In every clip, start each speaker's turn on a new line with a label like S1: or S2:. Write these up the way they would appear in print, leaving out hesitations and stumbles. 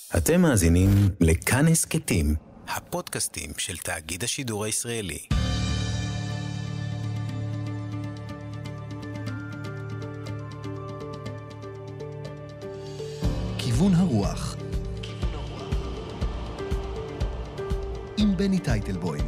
S1: אתם מאזינים לכאן הסכתים, הפודקאסטים של תאגיד השידור הישראלי.
S2: כיוון הרוח עם בני טייטלבוים.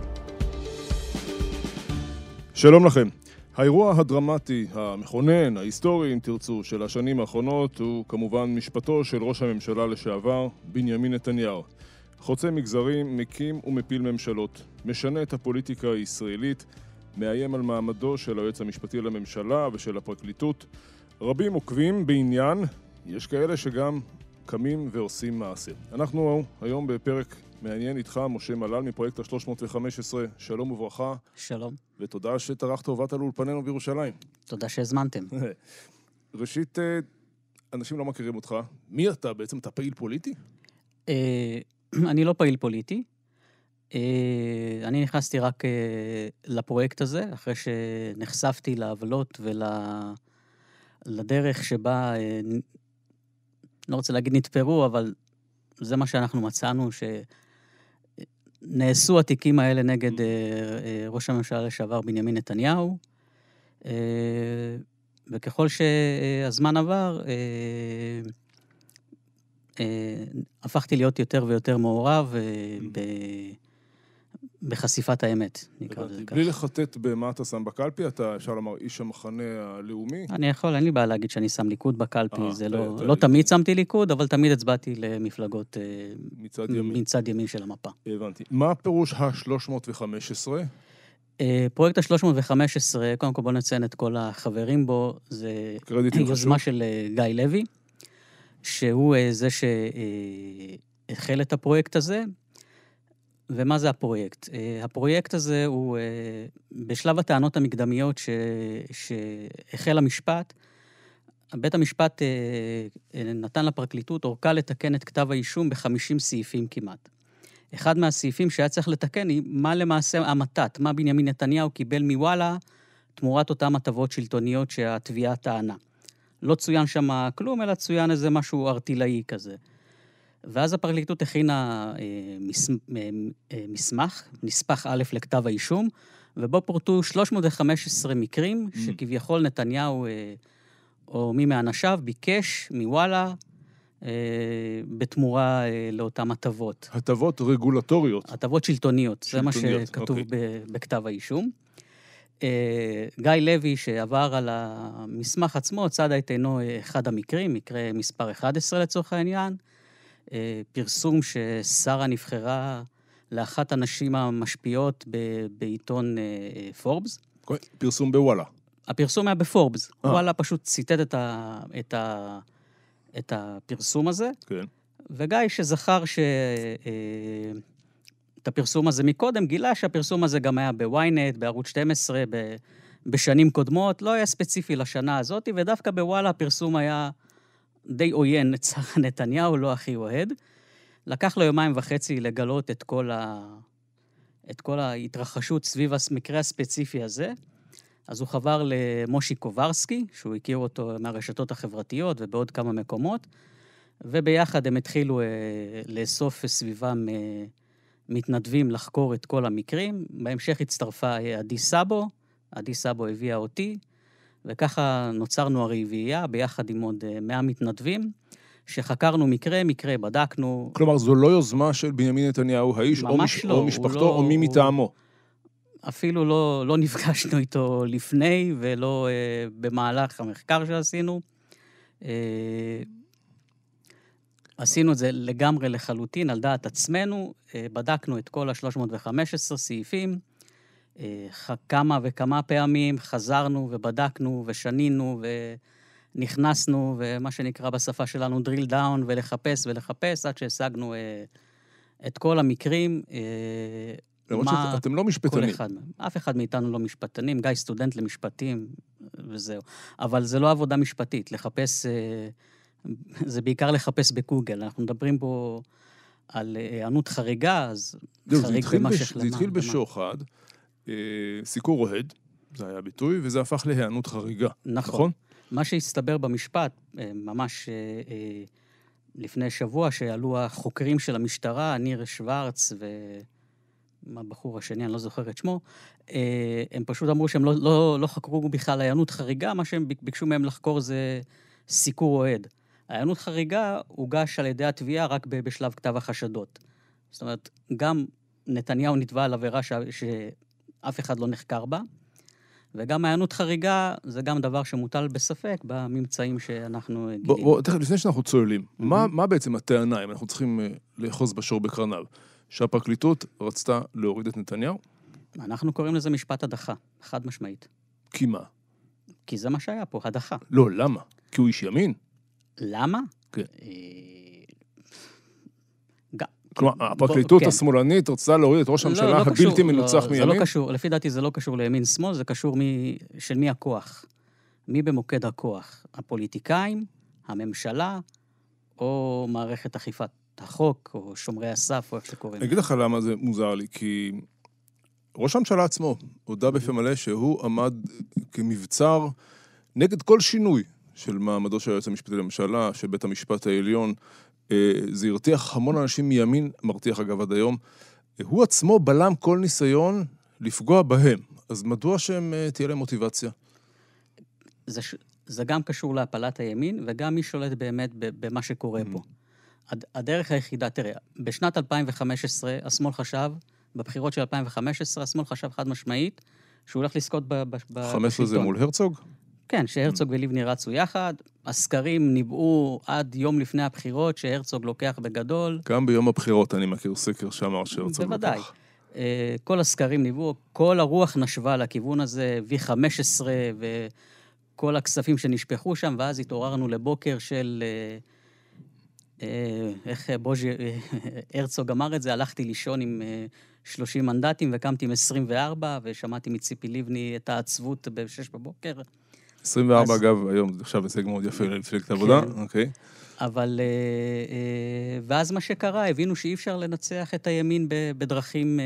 S3: שלום לכם. האירוע הדרמטי, המכונן, ההיסטורי, אם תרצו, של השנים האחרונות הוא כמובן משפטו של ראש הממשלה לשעבר, בנימין נתניהו. חוצה מגזרים, מקים ומפיל ממשלות, משנה את הפוליטיקה הישראלית, מאיים על מעמדו של היועץ המשפטי לממשלה ושל הפרקליטות. רבים עוקבים בעניין, יש כאלה שגם קמים ועושים מעשה. אנחנו היום בפרק מעניין איתך, משה מלל מפרויקט ה-315. שלום וברכה.
S4: שלום.
S3: ותודה שטרחת ובאת לאולפנינו בירושלים.
S4: תודה שהזמנתם.
S3: ראשית, אנשים לא מכירים אותך. מי אתה בעצם? אתה פעיל פוליטי?
S4: אני לא פעיל פוליטי. אני נכנסתי רק לפרויקט הזה, אחרי שנחשפתי לעוולות ולדרך שבה, לא רוצה להגיד נתפרו, אבל זה מה שאנחנו מצאנו, שנעשו התיקים האלה נגד ראש הממשלה לשעבר בנימין נתניהו, וככל שהזמן עבר, הפכתי להיות יותר ויותר מעורב בחשיפת האמת, נקרא לזה כך.
S3: בלי לחטט במה אתה שם בקלפי, אתה אפשר לומר איש המחנה הלאומי?
S4: אין לי בעיה להגיד שאני שם ליכוד בקלפי, זה לא תמיד שמתי ליכוד, אבל תמיד הצבעתי למפלגות מצד ימין של המפה.
S3: הבנתי. מה הפירוש ה-315?
S4: פרויקט ה-315, קודם כל בוא נציין את כל החברים בו, זה יוזמה של גיא לוי, שהוא זה שהחל את הפרויקט הזה. ומה זה הפרויקט? הפרויקט הזה הוא בשלב הטענות המקדמיות שהחל המשפט, בית המשפט נתן לפרקליטות אורכה לתקן את כתב האישום ב-50 סעיפים כמעט. אחד מהסעיפים שהיה צריך לתקן היא מה למעשה המתת, מה בנימין נתניהו קיבל מוואלה תמורת אותם הטבות שלטוניות שהתביעה טענה. לא צוין שם כלום, אלא צוין איזה משהו ארטילאי כזה. ואז הפרקליטות הכינה מסמך, נספח א' לכתב האישום, ובו פורטו 315 מקרים שכביכול נתניהו או מי מאנשיו ביקש מוואלה בתמורה לאותם הטבות.
S3: הטבות רגולטוריות.
S4: הטבות שלטוניות, זה מה שכתוב בכתב האישום. גיא לוי שעבר על המסמך עצמו, צד את עינו אחד המקרים, מקרה מספר 11 לצורך העניין, פרסום ששרה נבחרה לאחת הנשים המשפיעות בעיתון פורבס.
S3: פרסום בוואלה.
S4: הפרסום היה בפורבס. וואלה פשוט ציטט את הפרסום הזה.
S3: כן.
S4: וגיא שזכר את הפרסום הזה מקודם, גילה שהפרסום הזה גם היה בוויינט, בערוץ 12, בשנים קודמות, לא היה ספציפי לשנה הזאת, ודווקא בוואלה הפרסום היה די עוין את שר נתניהו, לא הכי אוהד. לקח לו 2.5 לגלות את כל ההתרחשות סביב המקרה הספציפי הזה. אז הוא חבר למושי קוברסקי, שהוא הכיר אותו מהרשתות החברתיות ובעוד כמה מקומות, וביחד הם התחילו לאסוף סביבם מתנדבים לחקור את כל המקרים. בהמשך הצטרפה עדי סאבו, עדי סאבו הביאה אותי, וככה נוצרנו הרביעייה ביחד עם עוד 100 מתנדבים, שחקרנו מקרה, בדקנו.
S3: כלומר, זו לא יוזמה של בנימין נתניהו, האיש או משפחתו או מי מטעמו.
S4: אפילו לא נפגשנו איתו לפני, ולא במהלך המחקר שעשינו. עשינו את זה לגמרי לחלוטין, על דעת עצמנו, בדקנו את כל ה-315 סעיפים, כמה וכמה פעמים חזרנו ובדקנו ושנינו ונכנסנו, ומה שנקרא בשפה שלנו drill down, ולחפש עד שהשגנו את כל המקרים.
S3: אתם לא משפטנים.
S4: אף אחד מאיתנו לא משפטנים, גיא סטודנט למשפטים וזהו. אבל זה לא עבודה משפטית, לחפש, זה בעיקר לחפש בגוגל. אנחנו מדברים פה על הענות חריגה, אז חריג במשך למה.
S3: זה התחיל בשוחד, סיקור אוהד, זה היה ביטוי, וזה הפך להיענות חריגה. נכון?
S4: מה שהסתבר במשפט, ממש לפני שבוע שעלו החוקרים של המשטרה, ניר שוורץ והבחור השני, אני לא זוכר את שמו, הם פשוט אמרו שהם לא חקרו בכלל עיינות חריגה, מה שהם ביקשו מהם לחקור זה סיקור אוהד. עיינות חריגה הוגש על ידי התביעה רק בשלב כתב החשדות. זאת אומרת, גם נתניהו נתבע על עבירה שאף אחד לא נחקר בה, וגם עיינות חריגה זה גם דבר שמוטל בספק בממצאים שאנחנו גילים.
S3: בוא, תכף, לפני שאנחנו צוללים, מה בעצם הטענה, אם אנחנו צריכים לאחוז בשור בקרניו, שהפרקליטות רצתה להוריד את נתניהו?
S4: אנחנו קוראים לזה משפט הדחה, חד משמעית.
S3: כי מה?
S4: כי זה מה שהיה פה, הדחה.
S3: לא, למה? כי הוא איש ימין?
S4: למה?
S3: כן. כלומר, הפרקליטות השמאלנית רצתה להוריד את ראש הממשלה הבלתי מנוצח מימין?
S4: זה לא קשור, לפי דעתי זה לא קשור לימין-שמאל, זה קשור של מי הכוח. מי במוקד הכוח? הפוליטיקאים, הממשלה, או מערכת אכיפת החוק, או שומרי הסף, או איך שקוראים.
S3: אני אגיד לך למה זה מוזר לי, כי ראש הממשלה עצמו הודע בפה מלא שהוא עמד כמבצר נגד כל שינוי של מעמדו של היועץ המשפטי לממשלה, של בית המשפט העליון. זה הרתיח המון אנשים מימין, מרתיח אגב עד היום. הוא עצמו בלם כל ניסיון לפגוע בהם. אז מדוע שהם תהיה להם מוטיבציה?
S4: זה גם קשור להפלת הימין, וגם מי שולט באמת במה שקורה פה. הדרך היחידה, תראה, בשנת 2015, השמאל חשב, בבחירות של 2015, השמאל חשב חד משמעית, שהוא הולך לזכות בשלטון.
S3: 15 זה מול הרצוג?
S4: כן, שהרצוג ולבני רצו יחד, הסקרים ניבאו עד יום לפני הבחירות, שהרצוג לוקח בגדול.
S3: גם ביום הבחירות אני מכיר סקר שאמר שהרצוג
S4: בוודאי.
S3: לוקח.
S4: כל הסקרים ניבאו, כל הרוח נשבה לכיוון הזה, V15 וכל הכספים שנשפחו שם, ואז התעוררנו לבוקר של, איך בוז'י, הרצוג אמר את זה, הלכתי לישון עם 30 מנדטים וקמתי עם 24, ושמעתי מציפי לבני את העצבות ב-6 בבוקר.
S3: 24 אגב, היום עכשיו הישג מאוד יפה למפלגת העבודה, אוקיי.
S4: אבל, ואז מה שקרה, הבינו שאי אפשר לנצח את הימין בדרכים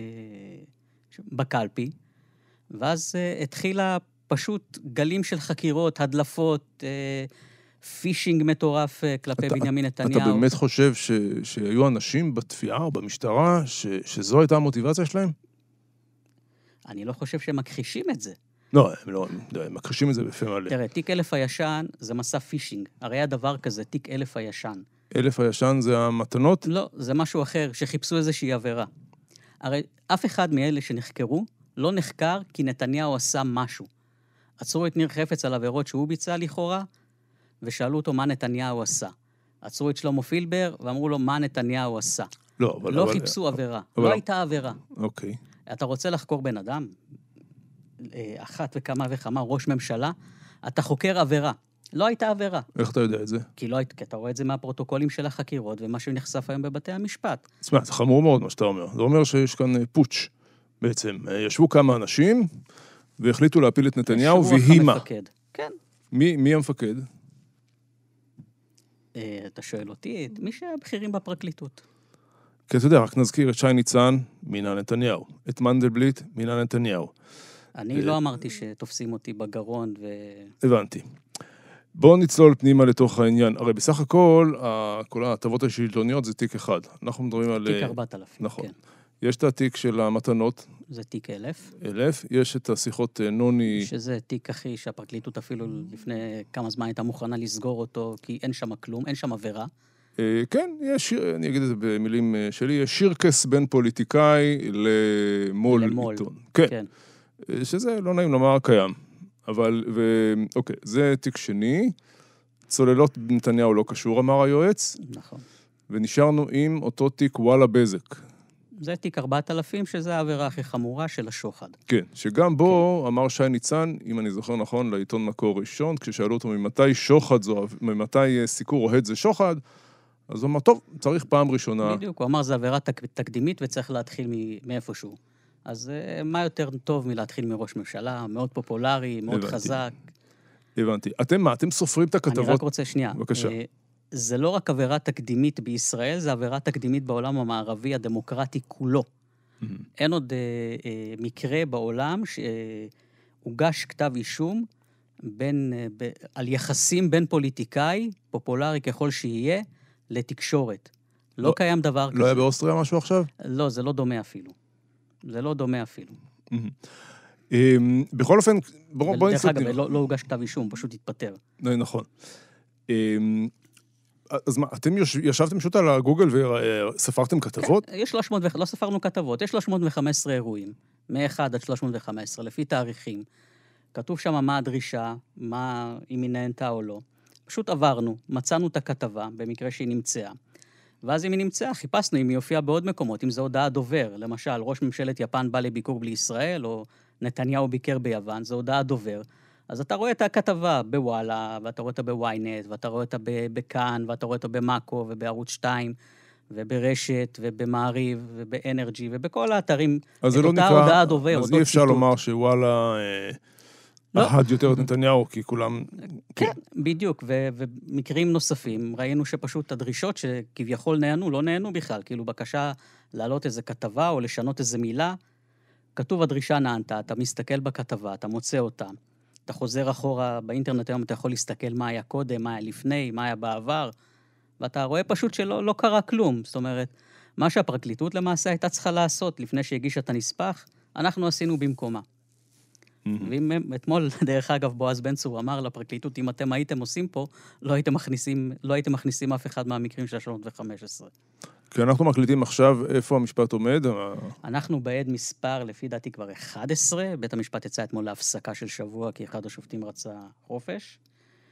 S4: בקלפי, ואז התחילה פשוט גלים של חקירות, הדלפות, פישינג מטורף כלפי בנימין נתניהו.
S3: אתה באמת חושב שהיו אנשים בתביעה או במשטרה, שזו הייתה המוטיבציה שלהם?
S4: אני לא חושב שהם מכחישים את זה.
S3: לא, הם מכחישים את זה בפה מלא.
S4: תראה, תיק 1000 הישן זה מסע פישינג. הרי היה דבר כזה, תיק 1000 הישן.
S3: 1000 הישן זה המתנות?
S4: לא, זה משהו אחר, שחיפשו איזושהי עבירה. הרי אף אחד מאלה שנחקרו לא נחקר כי נתניהו עשה משהו. עצרו את ניר חפץ על עבירות שהוא ביצע לכאורה, ושאלו אותו מה נתניהו עשה. עצרו את שלמה פילבר ואמרו לו מה נתניהו עשה. לא חיפשו עבירה, לא הייתה עבירה.
S3: אוקיי.
S4: אתה רוצה לחקור בן אדם? אחת וכמה וכמה, ראש ממשלה, אתה חוקר עבירה. לא הייתה עבירה.
S3: איך אתה יודע את זה?
S4: כי אתה רואה את זה מהפרוטוקולים של החקירות, ומה שנחשף היום בבתי המשפט.
S3: תשמע, זה חמור מאוד מה שאתה אומר. זה אומר שיש כאן פוטש, בעצם. ישבו כמה אנשים, והחליטו להפיל את נתניהו, והיא מה?
S4: כן.
S3: מי המפקד?
S4: אתה שואל אותי, מי שהבכירים בפרקליטות.
S3: כי אתה יודע, רק נזכיר את שי ניצן, מינה נתניהו. את מנדלבליט, מינה נתניהו.
S4: אני לא אמרתי שתופסים אותי בגרון
S3: הבנתי. בואו נצלול פנימה לתוך העניין. הרי בסך הכל, כל ההטבות השלטוניות זה תיק אחד. אנחנו מדברים על...
S4: תיק 4,000,
S3: נכון.
S4: כן.
S3: יש את התיק של המתנות.
S4: זה תיק 1,000.
S3: 1,000. יש את השיחות נוני...
S4: שזה תיק אחי שהפרקליטות אפילו לפני כמה זמן הייתה מוכנה לסגור אותו, כי אין שם כלום, אין שם עבירה.
S3: כן, יש, אני אגיד את זה במילים שלי, יש שירקס בין פוליטיקאי למול עיתון. כן. שזה לא נעים לומר קיים. אבל, אוקיי, זה תיק שני. צוללות נתניהו לא קשור, אמר היועץ.
S4: נכון.
S3: ונשארנו עם אותו תיק וואלה בזק.
S4: זה תיק 4,000, שזה העבירה הכי חמורה של השוחד.
S3: כן, שגם בו אמר שי ניצן, אם אני זוכר נכון, לעיתון מקור ראשון, כששאלו אותו ממתי שוחד זו, ממתי סיקור אוהד זה שוחד, אז הוא אמר, טוב, צריך פעם ראשונה.
S4: בדיוק, הוא אמר, זה עבירה תקדימית וצריך להתחיל מאיפשהו. אז מה יותר טוב מלהתחיל מראש ממשלה, מאוד פופולרי, מאוד חזק.
S3: הבנתי. אתם סופרים את הכתבות?
S4: אני רק רוצה שנייה.
S3: בבקשה.
S4: זה לא רק עבירה תקדימית בישראל, זה עבירה תקדימית בעולם המערבי הדמוקרטי כולו. אין עוד מקרה בעולם שהוגש כתב אישום על יחסים בין פוליטיקאי, פופולרי ככל שיהיה, לתקשורת. לא קיים דבר כזה.
S3: לא היה באוסטריה משהו עכשיו?
S4: לא, זה לא דומה אפילו. זה לא דומה אפילו.
S3: בכל אופן, בואי
S4: דרך אגב, לא הוגש כתב אישום, פשוט התפטר.
S3: נכון. אז מה, אתם ישבתם פשוט על הגוגל וספרתם כתבות?
S4: כן, לא ספרנו כתבות, יש 315 אירועים, מ-1 עד 315, לפי תאריכים. כתוב שם מה הדרישה, אם היא נהנתה או לא. פשוט עברנו, מצאנו את הכתבה, במקרה שהיא נמצאה. ואז אם היא נמצאה, חיפשנו אם היא הופיעה בעוד מקומות, אם זו הודעה דובר, למשל, ראש ממשלת יפן בא לביקור בלי ישראל, או נתניהו ביקר ביוון, זו הודעה דובר. אז אתה רואה את הכתבה בוואלה, ואתה רואה אותה בוויינט, ואתה רואה אותה בכאן, ואתה רואה אותה במאקו, ובערוץ 2, וברשת, ובמעריב, ובאנרג'י, ובכל האתרים,
S3: אז זה לא נקרא, הודעה דובר, אז אי אפשר לומר שוואלה אהד יותר את נתניהו, כי כולם...
S4: כן, בדיוק, ומקרים נוספים, ראינו שפשוט הדרישות שכביכול נהנו, לא נהנו בכלל, כאילו בקשה להעלות איזה כתבה, או לשנות איזה מילה, כתוב הדרישה נענתה, אתה מסתכל בכתבה, אתה מוצא אותה, אתה חוזר אחורה באינטרנט היום, אתה יכול להסתכל מה היה קודם, מה היה לפני, מה היה בעבר, ואתה רואה פשוט שלא קרה כלום. זאת אומרת, מה שהפרקליטות למעשה הייתה צריכה לעשות לפני שהגישה את הנספח, אנחנו עשינו במקומה. ואתמול, דרך אגב, בועז בן צור אמר לפרקליטות, אם אתם הייתם עושים פה, לא הייתם מכניסים אף אחד מהמקרים של 315.
S3: כי אנחנו מקליטים עכשיו איפה המשפט עומד.
S4: אנחנו בעד מספר, לפי דעתי כבר 11, בית המשפט יצא אתמול להפסקה של שבוע, כי אחד השופטים רצה חופש.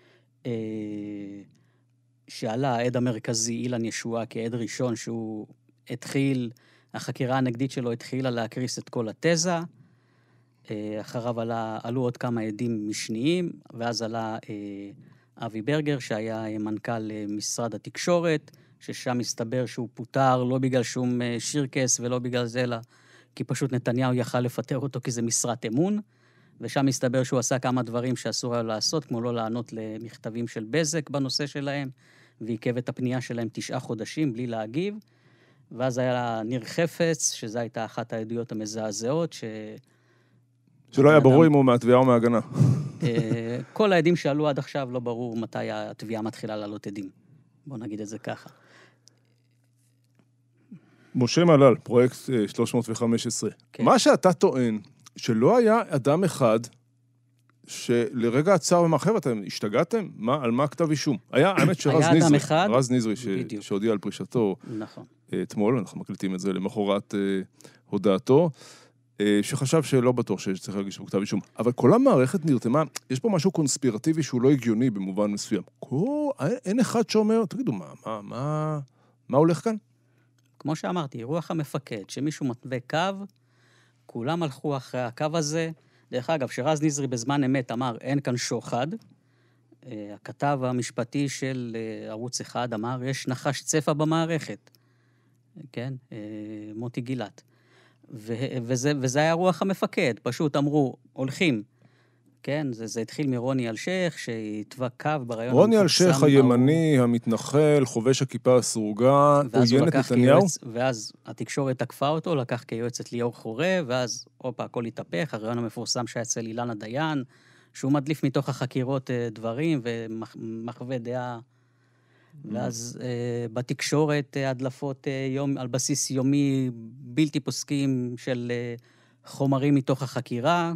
S4: שעלה העד המרכזי, אילן ישועה, כעד ראשון, שהוא החקירה הנגדית שלו התחילה להקריס את כל התזה, אחריו עלו עוד כמה עדים משניים, ואז עלה אבי ברגר, שהיה מנכ"ל משרד התקשורת, ששם מסתבר שהוא פוטר, לא בגלל שום שירקס ולא בגלל זה, אלא כי פשוט נתניהו יכל לפטר אותו כי זה משרת אמון, ושם מסתבר שהוא עשה כמה דברים שאסור היה לעשות, כמו לא לענות למכתבים של בזק בנושא שלהם, ועיכב את הפנייה שלהם 9 חודשים בלי להגיב, ואז היה ניר חפץ, שזו הייתה אחת העדויות המזעזעות,
S3: שלא היה ברור אם הוא מהתביעה או מההגנה.
S4: כל העדים שעלו עד עכשיו לא ברור מתי התביעה מתחילה לעלות עדים. בוא נגיד את זה ככה.
S3: משה מלל, פרויקט 315. כן. מה שאתה טוען, שלא היה אדם אחד שלרגע עצר ומאחר, אתם השתגעתם? על מה כתב אישום? האמת רז נזרי שהודיע על פרישתו אתמול, אנחנו מקליטים את זה למחרת הודעתו, שחשב שלא בטוח שצריך להגיש בכתב אישום. אבל כל המערכת נרתמה, יש פה משהו קונספירטיבי שהוא לא הגיוני במובן מסוים. אין אחד שאומר, תגידו, מה הולך כאן?
S4: כמו שאמרתי, רוח המפקד, שמישהו מתווה קו, כולם הלכו אחרי הקו הזה. דרך אגב, שרז נזרי בזמן אמת אמר, אין כאן שוחד. הכתב המשפטי של ערוץ 1 אמר, יש נחש צפה במערכת. כן, מוטי גילת. וזה היה רוח המפקד. פשוט אמרו, הולכים. כן, זה התחיל מרוני אלשייך, שהתווה קו ברעיון...
S3: רוני אלשייך הימני, המתנחל, חובש הכיפה הסרוגה, עוין את נתניהו.
S4: ואז התקשורת תקפה אותו, לקח כיועץ את ליאור חורב, ואז, הכל התהפך, הרעיון המפורסם שהיה אצל אילנה דיין, שהוא מדליף מתוך החקירות דברים ומחווה דעה. ואז בתקשורת הדלפות על בסיס יומי בלתי פוסקים של חומרים מתוך החקירה.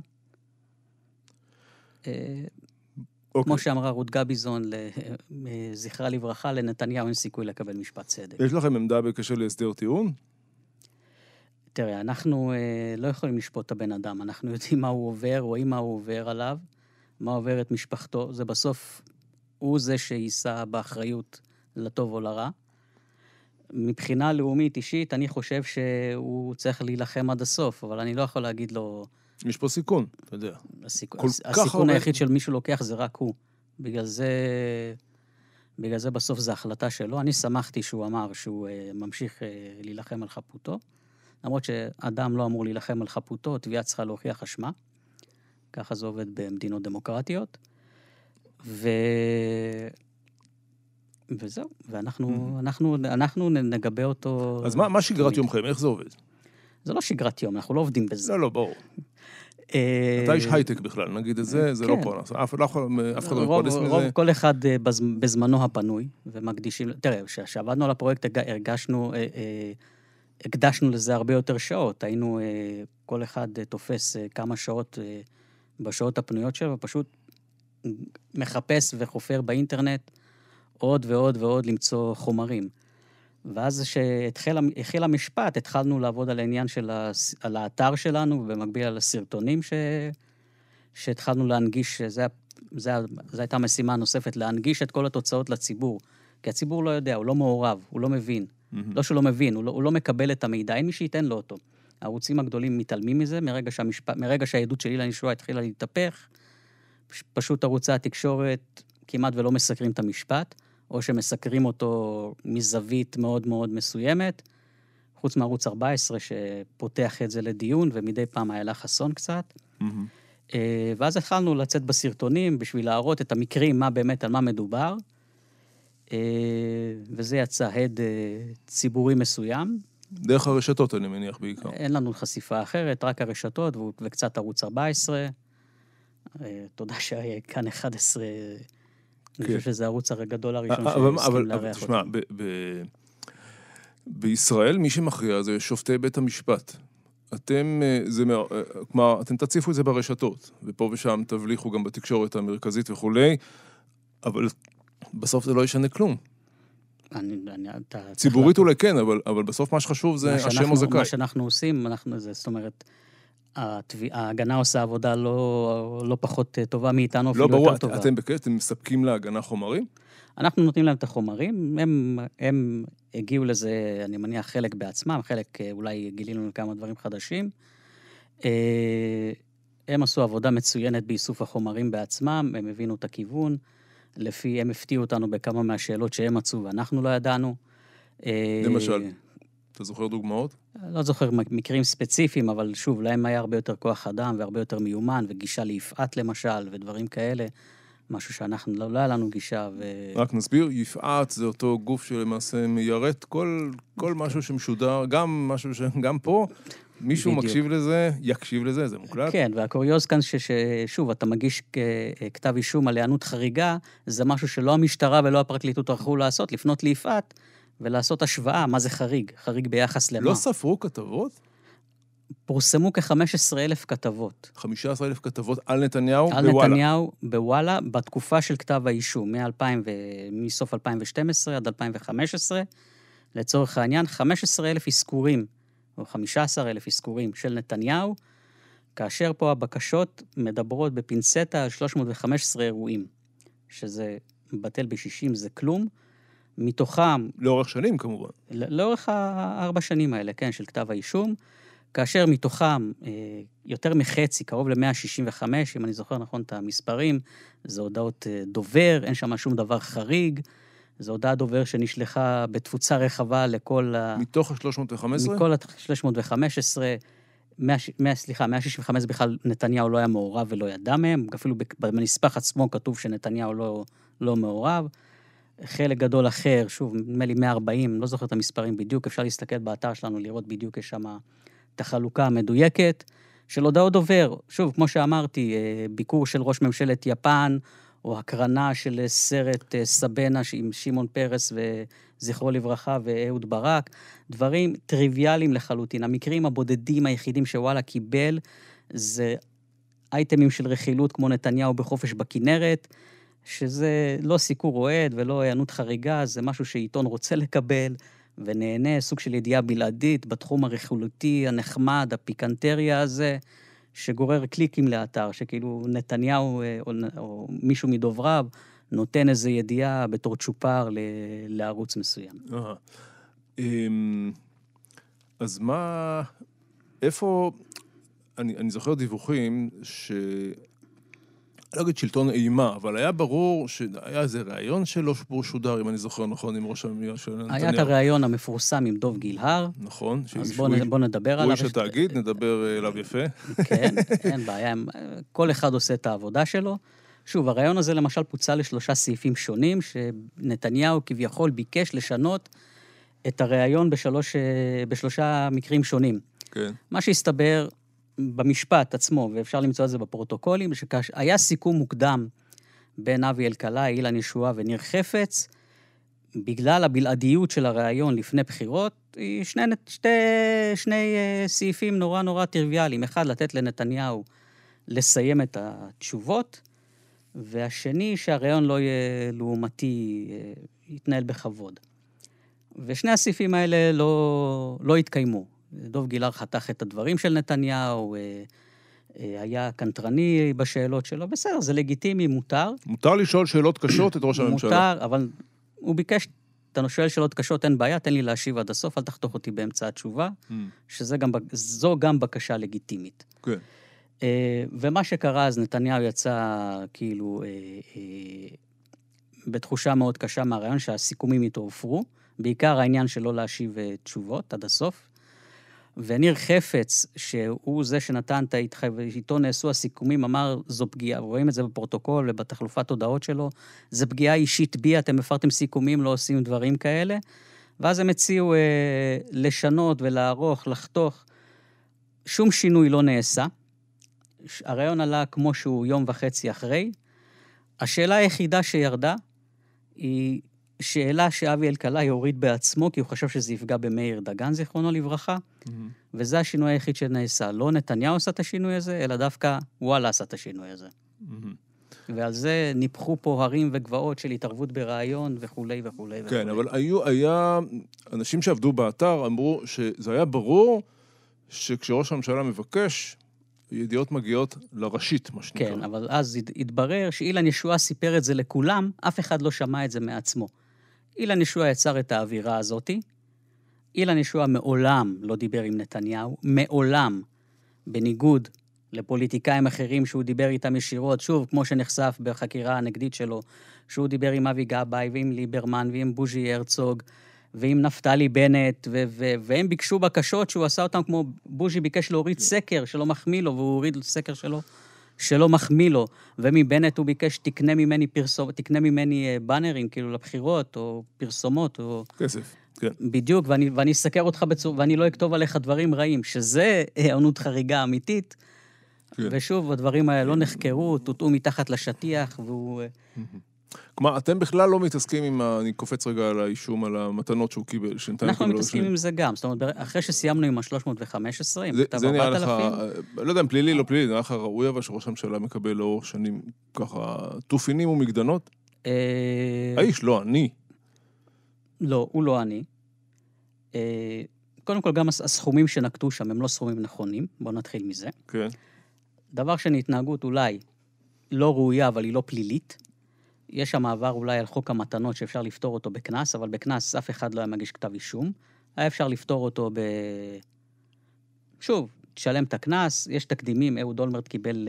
S4: כמו שאמרה רות גביזון, זכרה לברכה, לנתניהו אין סיכוי לקבל משפט צדק.
S3: יש לכם עמדה בקשר להסדר טיעון?
S4: תראה, אנחנו לא יכולים לשפוט את הבן אדם, אנחנו יודעים מה הוא עובר, רואים מה הוא עובר עליו, מה עובר את משפחתו, זה בסוף הוא זה שיישא באחריות לטוב או לרע. מבחינה לאומית אישית, אני חושב שהוא צריך להילחם עד הסוף, אבל אני לא יכול להגיד לו...
S3: יש פה סיכון, אתה יודע.
S4: הסיכון היחיד של מישהו לוקח זה רק הוא. בגלל זה בסוף זה החלטה שלו. אני שמחתי שהוא אמר שהוא ממשיך להילחם על חפותו, למרות שאדם לא אמור להילחם על חפותו, תביעה צריכה להוכיח אשמה. ככה זה עובד במדינות דמוקרטיות. וזהו, ואנחנו נגבה אותו...
S3: אז מה שגרת יומכם? איך זה עובד?
S4: זה לא שגרת יום, אנחנו לא עובדים בזה.
S3: לא, ברור. אתה איש הייטק בכלל, נגיד את זה, זה לא פרנס. אף אחד לא מתפרנס מזה.
S4: רוב כל אחד בזמנו הפנוי, ומקדישים, תראה, כשעבדנו על הפרויקט, הקדשנו לזה הרבה יותר שעות. היינו, כל אחד תופס כמה שעות בשעות הפנויות שלו, ופשוט מחפש וחופר באינטרנט עוד ועוד ועוד למצוא חומרים. ואז כשהתחיל המשפט, התחלנו לעבוד על העניין על האתר שלנו, ובמקביל על הסרטונים שהתחלנו להנגיש, זו הייתה משימה נוספת, להנגיש את כל התוצאות לציבור. כי הציבור לא יודע, הוא לא מעורב, הוא לא מבין. לא שהוא לא מבין, הוא לא מקבל את המידע, אין מי שייתן לו אותו. הערוצים הגדולים מתעלמים מזה, מרגע שהעדות של אילן ישועה התחילה להתהפך, פשוט ערוצי התקשורת כמעט ולא מסקרים את המשפט, או שמסקרים אותו מזווית מאוד מאוד מסוימת, חוץ מערוץ 14 שפותח את זה לדיון, ומדי פעם היה לה חסון קצת. ואז התחלנו לצאת בסרטונים בשביל להראות את המקרים, מה באמת, על מה מדובר, וזה יצא הד ציבורי מסוים.
S3: דרך הרשתות, אני מניח, בעיקר.
S4: אין לנו חשיפה אחרת, רק הרשתות וקצת ערוץ 14. תודה שכאן 11... אני חושב שזה הערוץ הגדול הראשון שהסכים לארח אותם.
S3: תשמע, בישראל מי שמכריע זה שופטי בית המשפט. אתם תציפו את זה ברשתות, ופה ושם תבליחו גם בתקשורת המרכזית וכולי, אבל בסוף זה לא ישנה כלום. ציבורית אולי כן, אבל בסוף מה שחשוב זה השם או זכאי.
S4: מה שאנחנו עושים, זאת אומרת, ההגנה עושה עבודה לא פחות טובה מאיתנו, אפילו יותר טובה.
S3: אתם בקטע, אתם מספקים להגנה חומרים?
S4: אנחנו נותנים להם את החומרים, הם הגיעו לזה, אני מניח, חלק בעצמם, חלק אולי גילינו כמה דברים חדשים. הם עשו עבודה מצוינת באיסוף החומרים בעצמם, הם הבינו את הכיוון, הם הפתיעו אותנו בכמה מהשאלות שהם מצאו ואנחנו לא ידענו.
S3: למשל, אתה זוכר דוגמאות?
S4: לא זוכר מקרים ספציפיים, אבל שוב, להם היה הרבה יותר כוח אדם והרבה יותר מיומן, וגישה ליפעת למשל, ודברים כאלה, משהו שאנחנו, לא היה לנו גישה.
S3: רק נסביר, יפעת זה אותו גוף שלמעשה מיירט כל משהו שמשודר, גם פה, מישהו מקשיב לזה, יקשיב לזה, זה מוקלט.
S4: כן, והקוריוז כאן ששוב, אתה מגיש כתב אישום על היענות חריגה, זה משהו שלא המשטרה ולא הפרקליטות הלכו לעשות, לפנות ליפעת, ולעשות השוואה, מה זה חריג? חריג ביחס למה?
S3: לא ספרו כתבות?
S4: פורסמו כ-15,000 כתבות.
S3: 15,000 כתבות על נתניהו
S4: בוואלה. על נתניהו בוואלה, בתקופה של כתב האישום, מסוף 2012 עד 2015, לצורך העניין, 15,000 עסקורים, או 15,000 עסקורים של נתניהו, כאשר פה הבקשות מדברות בפינצטה על 315 אירועים, שזה בטל ב-60, זה כלום, מתוכם...
S3: לאורך שנים כמובן.
S4: לאורך 4 שנים האלה, כן, של כתב האישום, כאשר מתוכם יותר מחצי, קרוב ל-165, אם אני זוכר נכון את המספרים, זה הודעות דובר, אין שם שום דבר חריג, זו הודעה דובר שנשלחה בתפוצה רחבה לכל
S3: מתוך ה-315?
S4: מכל ה-315, 165 בכלל נתניהו לא היה מעורב ולא ידע מהם, אפילו בנספח עצמו כתוב שנתניהו לא מעורב, חלק גדול אחר, שוב, נדמה לי 140, לא זוכר את המספרים בדיוק, אפשר להסתכל באתר שלנו, לראות בדיוק יש שם את החלוקה המדויקת, של הודעות דובר. שוב, כמו שאמרתי, ביקור של ראש ממשלת יפן, או הקרנה של סרט סבנה עם שמעון פרס וזכרו לברכה ואהוד ברק, דברים טריוויאליים לחלוטין. המקרים הבודדים היחידים שוואלה קיבל, זה אייטמים של רכילות כמו נתניהו בחופש בכנרת, שזה לא סיקור אוהד ולא הענות חריגה, זה משהו שעיתון רוצה לקבל, ונהנה סוג של ידיעה בלעדית בתחום הרכילותי, הנחמד, הפיקנטריה הזה, שגורר קליקים לאתר, שכאילו נתניהו או מישהו מדובריו נותן איזו ידיעה בתור צ'ופר לערוץ מסוים.
S3: אז מה, איפה, אני זוכר דיווחים לא אגיד שלטון אימה, אבל היה ברור שהיה איזה רעיון שלו שודר, אם אני זוכר נכון, עם ראש הממשלה של נתניהו.
S4: היה את הרעיון המפורסם עם דוב גילהר.
S3: נכון.
S4: אז בוא נדבר עליו.
S3: הוא איש התאגיד, נדבר אליו יפה.
S4: כן, אין בעיה. כל אחד עושה את העבודה שלו. שוב, הרעיון הזה למשל פוצל ל3 סעיפים שונים, שנתניהו כביכול ביקש לשנות את הרעיון ב3 מקרים שונים.
S3: כן.
S4: מה שהסתבר, במשפט עצמו, ואפשר למצוא את זה בפרוטוקולים, שהיה סיכום מוקדם בין אבי אלקלעי, אילן ישועה וניר חפץ, בגלל הבלעדיות של הרעיון לפני בחירות, היא שני סעיפים נורא נורא טריוויאליים. אחד, לתת לנתניהו לסיים את התשובות, והשני, שהרעיון לא יהיה לעומתי, יתנהל בכבוד. ושני הסעיפים האלה לא התקיימו. דוב גילהר חתך את הדברים של נתניהו, היה קנטרני בשאלות שלו, בסדר, זה לגיטימי, מותר.
S3: מותר לשאול שאלות קשות את ראש הממשלה.
S4: מותר, אבל הוא ביקש, אתה שואל שאלות קשות, אין בעיה, תן לי להשיב עד הסוף, אל תחתוך אותי באמצע התשובה, שזו גם בקשה לגיטימית.
S3: כן.
S4: ומה שקרה, אז נתניהו יצא כאילו בתחושה מאוד קשה מהרעיון שהסיכומים איתו הופרו, בעיקר העניין שלא להשיב תשובות עד הסוף, וניר חפץ, שהוא זה שנתן את ההתחייבות, איתו נעשו הסיכומים, אמר, זו פגיעה, רואים את זה בפרוטוקול ובתחלופת הודעות שלו, זה פגיעה אישית בי, אתם מפרתם סיכומים, לא עושים דברים כאלה, ואז הם הציעו לשנות ולערוך, לחתוך, שום שינוי לא נעשה, הרעיון עלה כמו שהוא יום וחצי אחרי, השאלה היחידה שירדה, היא שאלה שאבי אלקלעי הוריד בעצמו, כי הוא חשב שזה יפגע במאיר דגן, זיכרונו לברכה, וזה השינוי היחיד שנעשה. לא נתניהו עשה את השינוי הזה, אלא דווקא וואלה עשה את השינוי הזה. ועל זה ניפחו פה הרים וגבעות של התערבות ברעיון וכו' וכו'.
S3: כן, אבל היה אנשים שעבדו באתר, אמרו שזה היה ברור שכשראש הממשלה מבקש, ידיעות מגיעות לראשית, מה שנקרא.
S4: כן, אבל אז התברר שאילן ישועה סיפר את זה לכולם, אף אחד לא שמע את זה מעצמו. אילן ישועה יצר את האווירה הזאת, אילן ישועה מעולם לא דיבר עם נתניהו, מעולם, בניגוד לפוליטיקאים אחרים שהוא דיבר איתם ישירות, שוב, כמו שנחשף בחקירה הנגדית שלו, שהוא דיבר עם אבי גבאי ועם ליברמן ועם בוז'י הרצוג, ועם נפתלי בנט, והם ביקשו בקשות שהוא עשה אותם כמו בוז'י ביקש להוריד סקר שלא מחמיא לו, והוא הוריד סקר שלא מחמיא לו, ומבנט הוא ביקש תקנה ממני בנרים, כאילו לבחירות, או פרסומות, או...
S3: כסף, כן.
S4: בדיוק, ואני אסקר אותך ואני לא אכתוב עליך דברים רעים, שזה הענות חריגה אמיתית, כן. ושוב, הדברים האלה לא נחקרו, תוטעו מתחת לשטיח, והוא...
S3: כלומר, אתם בכלל לא מתעסקים עם, אני קופץ רגע על האישום, על המתנות שהוא קיבל,
S4: אנחנו מתעסקים עם זה גם, זאת אומרת, אחרי שסיימנו עם ה-315, עם כתב 4,000...
S3: זה נראה לך, לא יודע אם פלילי, לא פלילי, נראה לך ראוי, אבל שראש הממשלה מקבל לאורך שנים ככה, תופינים ומגדנות? האיש, לא אני.
S4: לא, הוא לא אני. קודם כל, גם הסכומים שנקטו שם, הם לא סכומים נכונים, בואו נתחיל מזה.
S3: כן.
S4: דבר שני, התנהגות אולי לא ראויה, אבל היא לא פלילית. יש שם מעבר אולי על חוק המתנות שאפשר לפתור אותו בכנס, אבל בכנס אף אחד לא היה מגיש כתב אישום. היה אפשר לפתור אותו שוב, תשלם את הכנס, יש תקדימים, אהוד אולמרט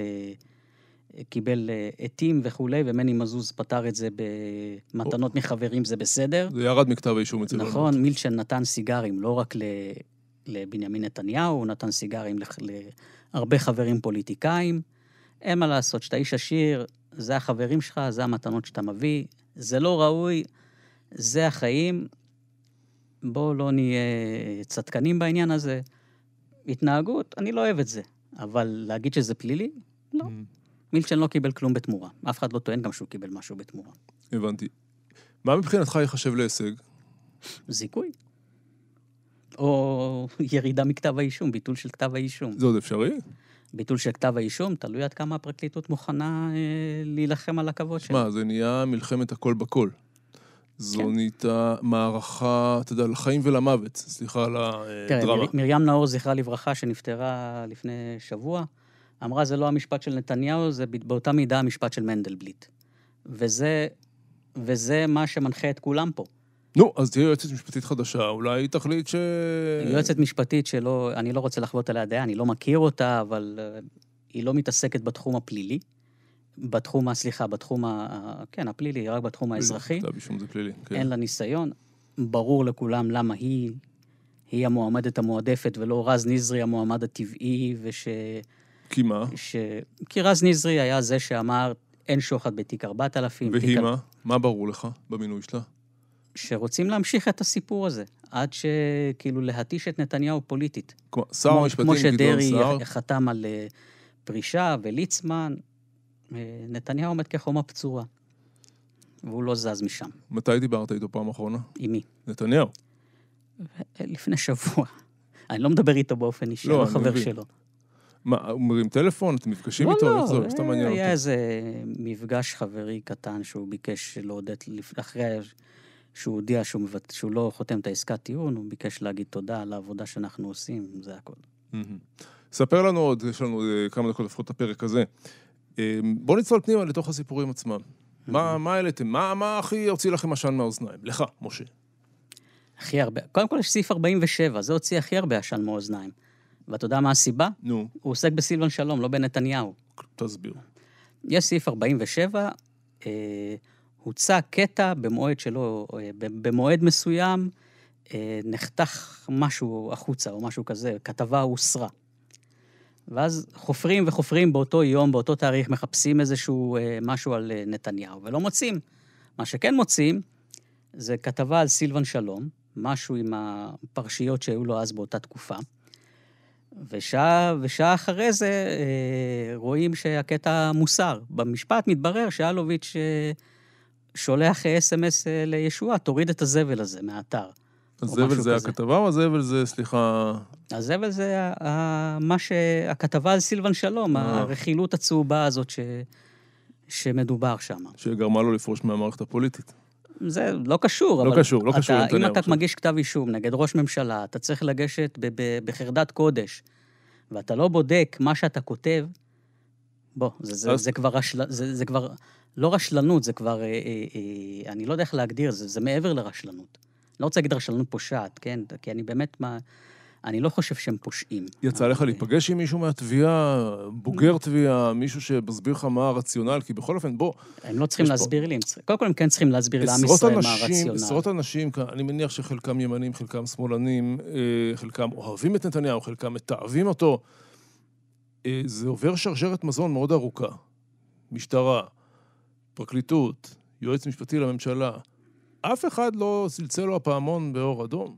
S4: קיבל עתים וכו', ומני מזוז פתר את זה במתנות מחברים, זה בסדר.
S3: זה ירד מכתב האישום אצל אולמרט.
S4: נכון, מילצ'ן נתן סיגרים, לא רק לבנימין נתניהו, הוא נתן סיגרים להרבה חברים פוליטיקאים. אין מה לעשות, שאתה איש עשיר, זה החברים שלך, זה המתנות שאתה מביא, זה לא ראוי, זה החיים, בואו לא נהיה צדקנים בעניין הזה. התנהגות, אני לא אוהב את זה, אבל להגיד שזה פלילי? לא. מילצ'ן לא קיבל כלום בתמורה, אף אחד לא טוען גם שהוא קיבל משהו בתמורה.
S3: הבנתי. מה מבחינתך יחשב להישג?
S4: זיכוי. או ירידה מכתב האישום, ביטול של כתב האישום.
S3: זה עוד אפשרי?
S4: ביטול של כתב האישום, תלוי עד כמה הפרקליטות מוכנה להילחם על הכבוד שלה.
S3: מה, זה נהיה מלחמת הכל בכל. זו נהייתה מערכה, אתה יודע, לחיים ולמוות, סליחה על הדרמה.
S4: תראה, מרים נאור זכרה לברכה, שנפטרה לפני שבוע, אמרה, זה לא המשפט של נתניהו, זה באותה מידה המשפט של מנדלבליט. וזה מה שמנחה את כולם פה.
S3: נו, אז תהיה יועצת משפטית חדשה, אולי היא תחליט
S4: יועצת משפטית שלא, אני לא רוצה לחוות עליה דעה, אני לא מכיר אותה, אבל היא לא מתעסקת בתחום הפלילי, בתחום הפלילי, רק בתחום האזרחי.
S3: זה פלילי, כן.
S4: אין לה ניסיון, ברור לכולם למה היא המועמדת המועדפת, ולא רז נזרי המועמד הטבעי,
S3: כי מה?
S4: כי רז נזרי היה זה שאמר, אין שוחד בתיק 4,000.
S3: והיא מה? מה ברור לך במינוי שלה?
S4: שרוצים להמשיך את הסיפור הזה, עד שכאילו להתיש את נתניהו פוליטית.
S3: שר המשפטים
S4: כמו
S3: גדעון
S4: שדרי
S3: סער.
S4: חתם על פרישה וליצמן, נתניהו עומד כחומה פצורה, והוא לא זז משם.
S3: מתי דיברת איתו פעם אחרונה?
S4: עם מי?
S3: נתניהו.
S4: לפני שבוע. אני לא מדבר איתו באופן אישי,
S3: לא,
S4: אני לא
S3: אני
S4: חבר
S3: מבין.
S4: שלו.
S3: מה, הוא מרים טלפון? אתם מפגשים איתו?
S4: לא,
S3: איך זה? סתם מעניין אותי.
S4: היה איזה מפגש חברי קטן שהוא ביקש לעודד, אחרי שהוא הודיע שהוא לא חותם את העסקת טיעון, הוא ביקש להגיד תודה על העבודה שאנחנו עושים, זה הכל.
S3: ספר לנו עוד, יש לנו כמה דקות לפחות את הפרק הזה. בוא נצלול פנימה לתוך הסיפורים עצמם. מה העליתם? מה הכי הוציא לכם עשן מהאוזניים? לך, משה.
S4: הכי הרבה. קודם כל יש סעיף 47, זה הוציא הכי הרבה עשן מהאוזניים. ואתה יודע מה הסיבה?
S3: נו.
S4: הוא עוסק בסילבן שלום, לא בנתניהו.
S3: תסביר.
S4: יש סעיף 47, הוצא קטע במועד מסוים, נחתך משהו החוצה או משהו כזה, כתבה הוסרה. ואז חופרים וחופרים באותו יום, באותו תאריך, מחפשים איזשהו משהו על נתניהו, ולא מוצאים. מה שכן מוצאים, זה כתבה על סילבן שלום, משהו עם הפרשיות שהיו לו אז באותה תקופה, ושעה אחרי זה רואים שהקטע מוסר. במשפט מתברר שאלוביץ' שולח SMS לישוע, תוריד את הזבל הזה מהאתר.
S3: הזבל זה הכתבה או הזבל זה, סליחה...
S4: הזבל זה הכתבה על סילבן שלום, הרכילות הצהובה הזאת שמדובר שם.
S3: שגרמה לו לפרוש מהמערכת הפוליטית.
S4: זה לא קשור,
S3: לא קשור, לא קשור.
S4: אם אתה מגיש כתב אישום נגד ראש ממשלה, אתה צריך לגשת בחרדת קודש, ואתה לא בודק מה שאתה כותב, בוא, זה כבר לא רשלנות, זה כבר, אני לא יודע איך להגדיר, זה מעבר לרשלנות. לא רוצה להגיד רשלנות פושעת, כן? כי אני באמת, אני לא חושב שהם פושעים.
S3: יצא לך להיפגש עם מישהו מהתביעה, בוגר תביעה, מישהו שמסביר לך מה הרציונל, כי בכל אופן, בוא...
S4: הם לא צריכים להסביר לי, קודם כל הם כן צריכים להסביר לעם ישראל מה הרציונל.
S3: עשרות אנשים, אני מניח שחלקם ימנים, חלקם שמאלנים, חלקם אוהבים את נתניהו, חלקם מתעבים אותו. זה עובר שרשרת מזון מאוד ארוכה. משטרה, פרקליטות, יועץ משפטי לממשלה. אף אחד לא צלצל לו הפעמון באור אדום.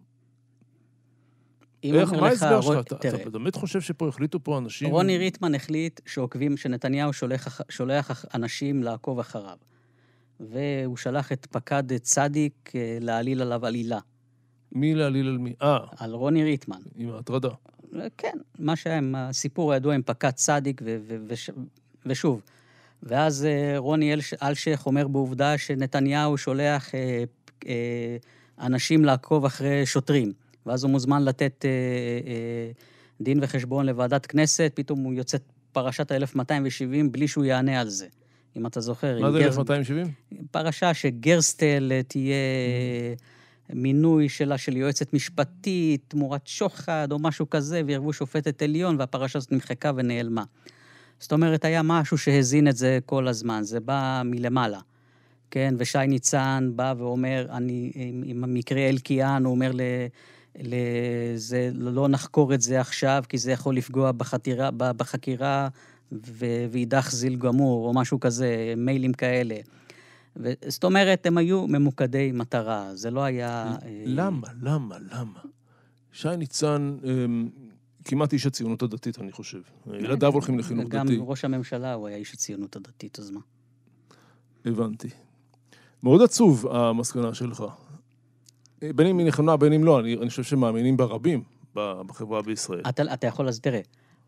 S3: מה ההסבר שלך? אתה באמת חושב שפה החליטו פה אנשים...
S4: רוני ריטמן החליט שנתניהו שולח אנשים לעקוב אחריו. והוא שלח את פקד צדיק להעליל עליו עלילה.
S3: מי להעליל על מי?
S4: על רוני ריטמן.
S3: עם ההטרדה.
S4: כן, מה שהיה עם הסיפור הידוע עם פקד צדיק ושוב. ואז רוני אלשך אומר בעובדה שנתניהו שולח אנשים לעקוב אחרי שוטרים. ואז הוא מוזמן לתת דין וחשבון לוועדת כנסת, פתאום הוא יוצא פרשת ה-1270 בלי שהוא יענה על זה. אם אתה זוכר.
S3: מה זה 1270?
S4: פרשה שגרסטל תהיה מינוי שלה של יועצת משפטית, תמורת שוחד או משהו כזה, וירבו שופטת עליון, והפרשה הזאת נמחקה ונעלמה. זאת אומרת, היה משהו שהזין את זה כל הזמן, זה בא מלמעלה. כן, ושי ניצן בא ואומר, עם המקרה אלקיען, הוא אומר לא נחקור את זה עכשיו, כי זה יכול לפגוע בחקירה, וידח זיל גמור, או משהו כזה, מיילים כאלה. זאת אומרת, הם היו ממוקדי מטרה, זה לא היה...
S3: למה? שי ניצן, כמעט איש הציונות הדתית, אני חושב. ילדיו הולכים לחינוך דתי.
S4: גם ראש הממשלה הוא היה איש הציונות הדתית, אז מה?
S3: הבנתי. מאוד עצוב המסקנה שלך. בין אם היא נכונה, בין אם לא, אני חושב שמאמינים ברבים בחברה בישראל.
S4: אתה יכול, אז תראה,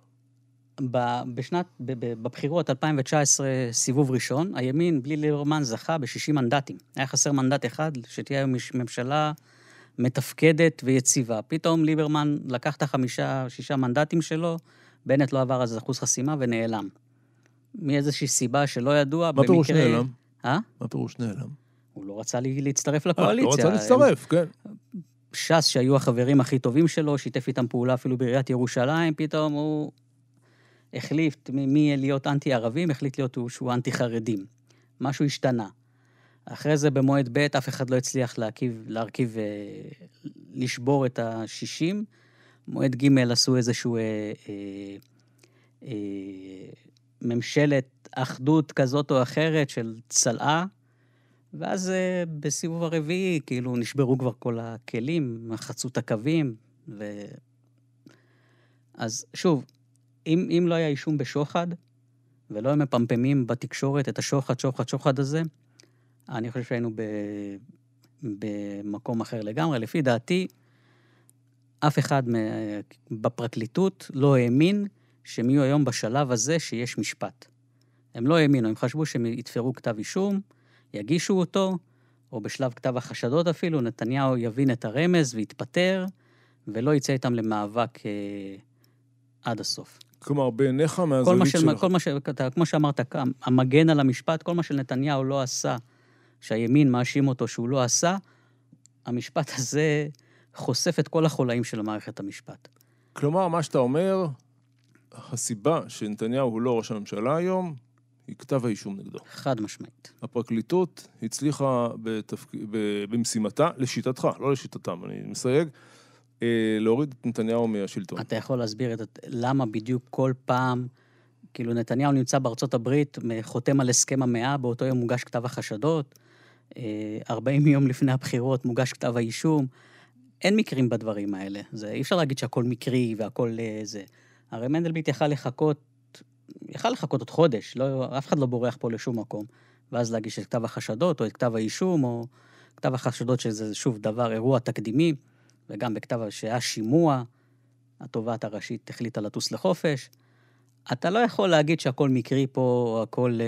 S4: בבחירות 2019, סיבוב ראשון, הימין בלי ליברמן זכה ב-60 מנדטים. היה חסר מנדט אחד, שתהיה היום ממשלה מתפקדת ויציבה. פתאום ליברמן לקח את 5-6 מנדטים שלו, בנט לא עבר אז אחוז חסימה ונעלם. מאיזושהי סיבה שלא ידוע,
S3: מה פירוש נעלם?
S4: מה
S3: פירוש נעלם?
S4: הוא לא רצה להצטרף לקואליציה.
S3: לא רצה להצטרף, כן.
S4: ש"ס, שהיו החברים הכי טובים שלו, שיתף איתם פעולה אפילו בעיריית ירושלים, פתאום הוא החליף להיות אנטי-ערבים, החליט להיות שהוא אנטי-חרדים. משהו השתנה. אחרי זה במועד ב' אף אחד לא הצליח להרכיב, לשבור את ה-60. מועד ג' עשו איזשהו ממשלת אחדות כזאת או אחרת של צלעה, ואז בסיבוב הרביעי, כאילו, נשברו כבר כל הכלים, חצו את הקווים, אז שוב, אם לא היה אישום בשוחד, ולא הם מפמפמים בתקשורת את השוחד הזה, אני חושב שהיינו במקום אחר לגמרי. לפי דעתי, אף אחד בפרקליטות לא האמין שהם יהיו היום בשלב הזה שיש משפט. הם לא האמינו, הם חשבו שהם יתפרו כתב אישום, יגישו אותו, או בשלב כתב החשדות אפילו, נתניהו יבין את הרמז ויתפטר, ולא יצא איתם למאבק עד הסוף.
S3: כלומר, בעיניך מהזווית שלך.
S4: כמו שאמרת, המגן על המשפט, כל מה שנתניהו לא עשה, שהימין מאשים אותו שהוא לא עשה, המשפט הזה חושף את כל החולאים של מערכת המשפט.
S3: כלומר, מה שאתה אומר, הסיבה שנתניהו הוא לא ראש הממשלה היום, היא כתב האישום נגדו.
S4: חד משמעית.
S3: הפרקליטות הצליחה במשימתה, לשיטתך, לא לשיטתם, אני מסייג, להוריד את נתניהו מהשלטון.
S4: אתה יכול להסביר למה בדיוק כל פעם, כאילו נתניהו נמצא בארצות הברית, חותם על הסכם המאה, באותו יום מוגש כתב החשדות, 40 יום לפני הבחירות מוגש כתב האישום, אין מקרים בדברים האלה. אי אפשר להגיד שהכל מקרי והכל זה. הרי מנדלבליט יכל לחכות עוד חודש, אף אחד לא בורח פה לשום מקום, ואז להגיש את כתב החשדות, או את כתב האישום, או כתב החשדות שזה שוב דבר, אירוע תקדימי, וגם בכתב שהיה שימוע, התובעת הראשית החליטה לטוס לחופש. אתה לא יכול להגיד שהכל מקרי פה, או הכל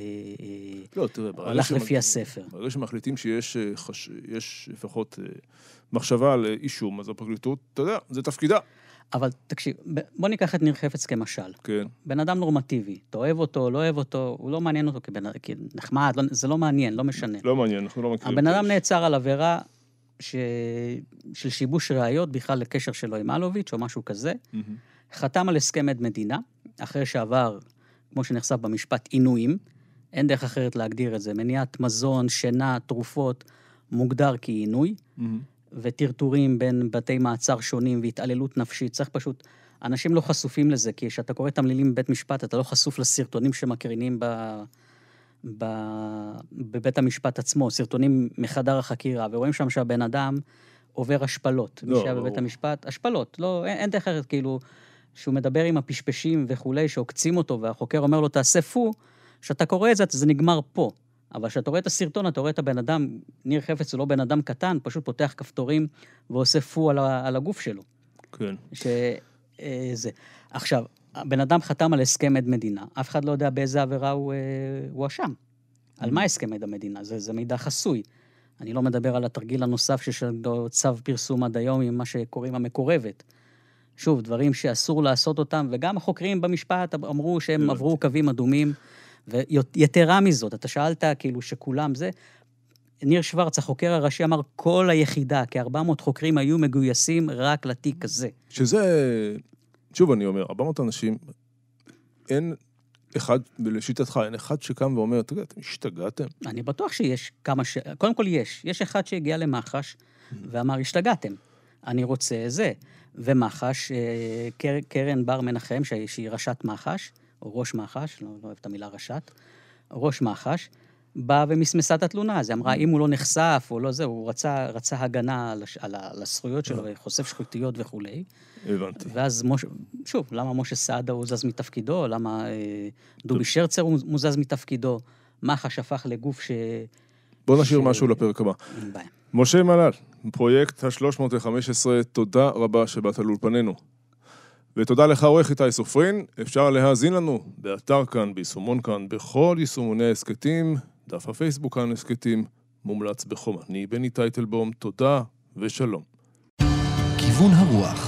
S4: הלך לפי הספר.
S3: ברגע שמחליטים שיש לפחות מחשבה על אישום, אז הפרקליטות, אתה יודע, זה תפקידה.
S4: אבל תקשיב, בוא ניקח את ניר חפץ כמשל.
S3: כן.
S4: בן אדם נורמטיבי, אתה אוהב אותו, לא אוהב אותו, הוא לא מעניין אותו כנחמד, זה לא מעניין, לא משנה.
S3: לא מעניין, אנחנו לא מכירים.
S4: הבן אדם נעצר על עבירה של שיבוש ראיות, בכלל לקשר שלו עם אלוביץ' או משהו כזה, חתם על הסכם עד מדינה, אחרי שעבר, כמו שנחשף במשפט, עינויים, אין דרך אחרת להגדיר את זה, מניעת מזון, שינה, תרופות, מוגדר כעינוי, וטרטורים בין בתי מעצר שונים והתעללות נפשית, צריך פשוט, אנשים לא חשופים לזה, כי כשאתה קורא תמלילים בבית משפט, אתה לא חשוף לסרטונים שמקרינים בבית המשפט עצמו, סרטונים מחדר החקירה, ורואים שם שהבן אדם עובר השפלות, מי שהיה בבית המשפט, השפלות, לא, אין דרך אחרת, כאילו, שהוא מדבר עם הפשפשים וכולי, שעוקצים אותו, והחוקר אומר לו, תעשה פו, שאתה קורא את זה, זה נגמר פה. אבל כשאתה רואה את הסרטון, אתה רואה את הבן אדם, ניר חפץ הוא לא בן אדם קטן, פשוט פותח כפתורים ועושה פו על הגוף שלו.
S3: כן.
S4: עכשיו, הבן אדם חתם על הסכם עד מדינה, אף אחד לא יודע באיזה עבירה הוא אשם. על מה הסכם עד המדינה? זה מידע חסוי. אני לא מדבר על התרגיל הנוסף צו פרסום עד היום עם מה שקוראים המקורבת. שוב, דברים שאסור לעשות אותם, וגם החוקרים במשפט אמרו שהם עברו קווים אדומים, ויתרה מזאת, אתה שאלת כאילו שכולם זה, ניר שוורץ, החוקר הראשי, אמר כל היחידה, כ-400 חוקרים היו מגויסים רק לתיק הזה.
S3: שזה, שוב אני אומר, 400 אנשים, אין אחד, לשיטתך, אין אחד שקם ואומר, תגיד, אתם השתגעתם?
S4: אני בטוח שיש כמה קודם כל יש אחד שהגיע למח"ש, ואמר, השתגעתם, אני רוצה זה, ומח"ש, קרן בר מנחם, שהיא ראשת מח"ש, או ראש מח"ש, לא אוהב את המילה ראשת, ראש מח"ש, באה ומסמסה את התלונה, אז היא אמרה, אם הוא לא נחשף, או לא זה, הוא רצה הגנה על הזכויות שלו, וחושף שחיתויות וכו'.
S3: הבנתי.
S4: ואז, שוב, למה משה סעדה הוא זז מתפקידו, למה דובי שרצר הוא מוזז מתפקידו, מח"ש הפך לגוף
S3: בוא נשאיר משהו לפרק הבא.
S4: ביי.
S3: משה מלל, פרויקט ה-315, תודה רבה שבאת לאולפנינו. ותודה לך עורך איתי סופרין, אפשר להאזין לנו באתר כאן, ביישומון כאן, בכל יישומוני העסקתים, דף הפייסבוק כאן העסקתים, מומלץ בחום. אני בני טייטלבום, תודה ושלום.
S2: כיוון הרוח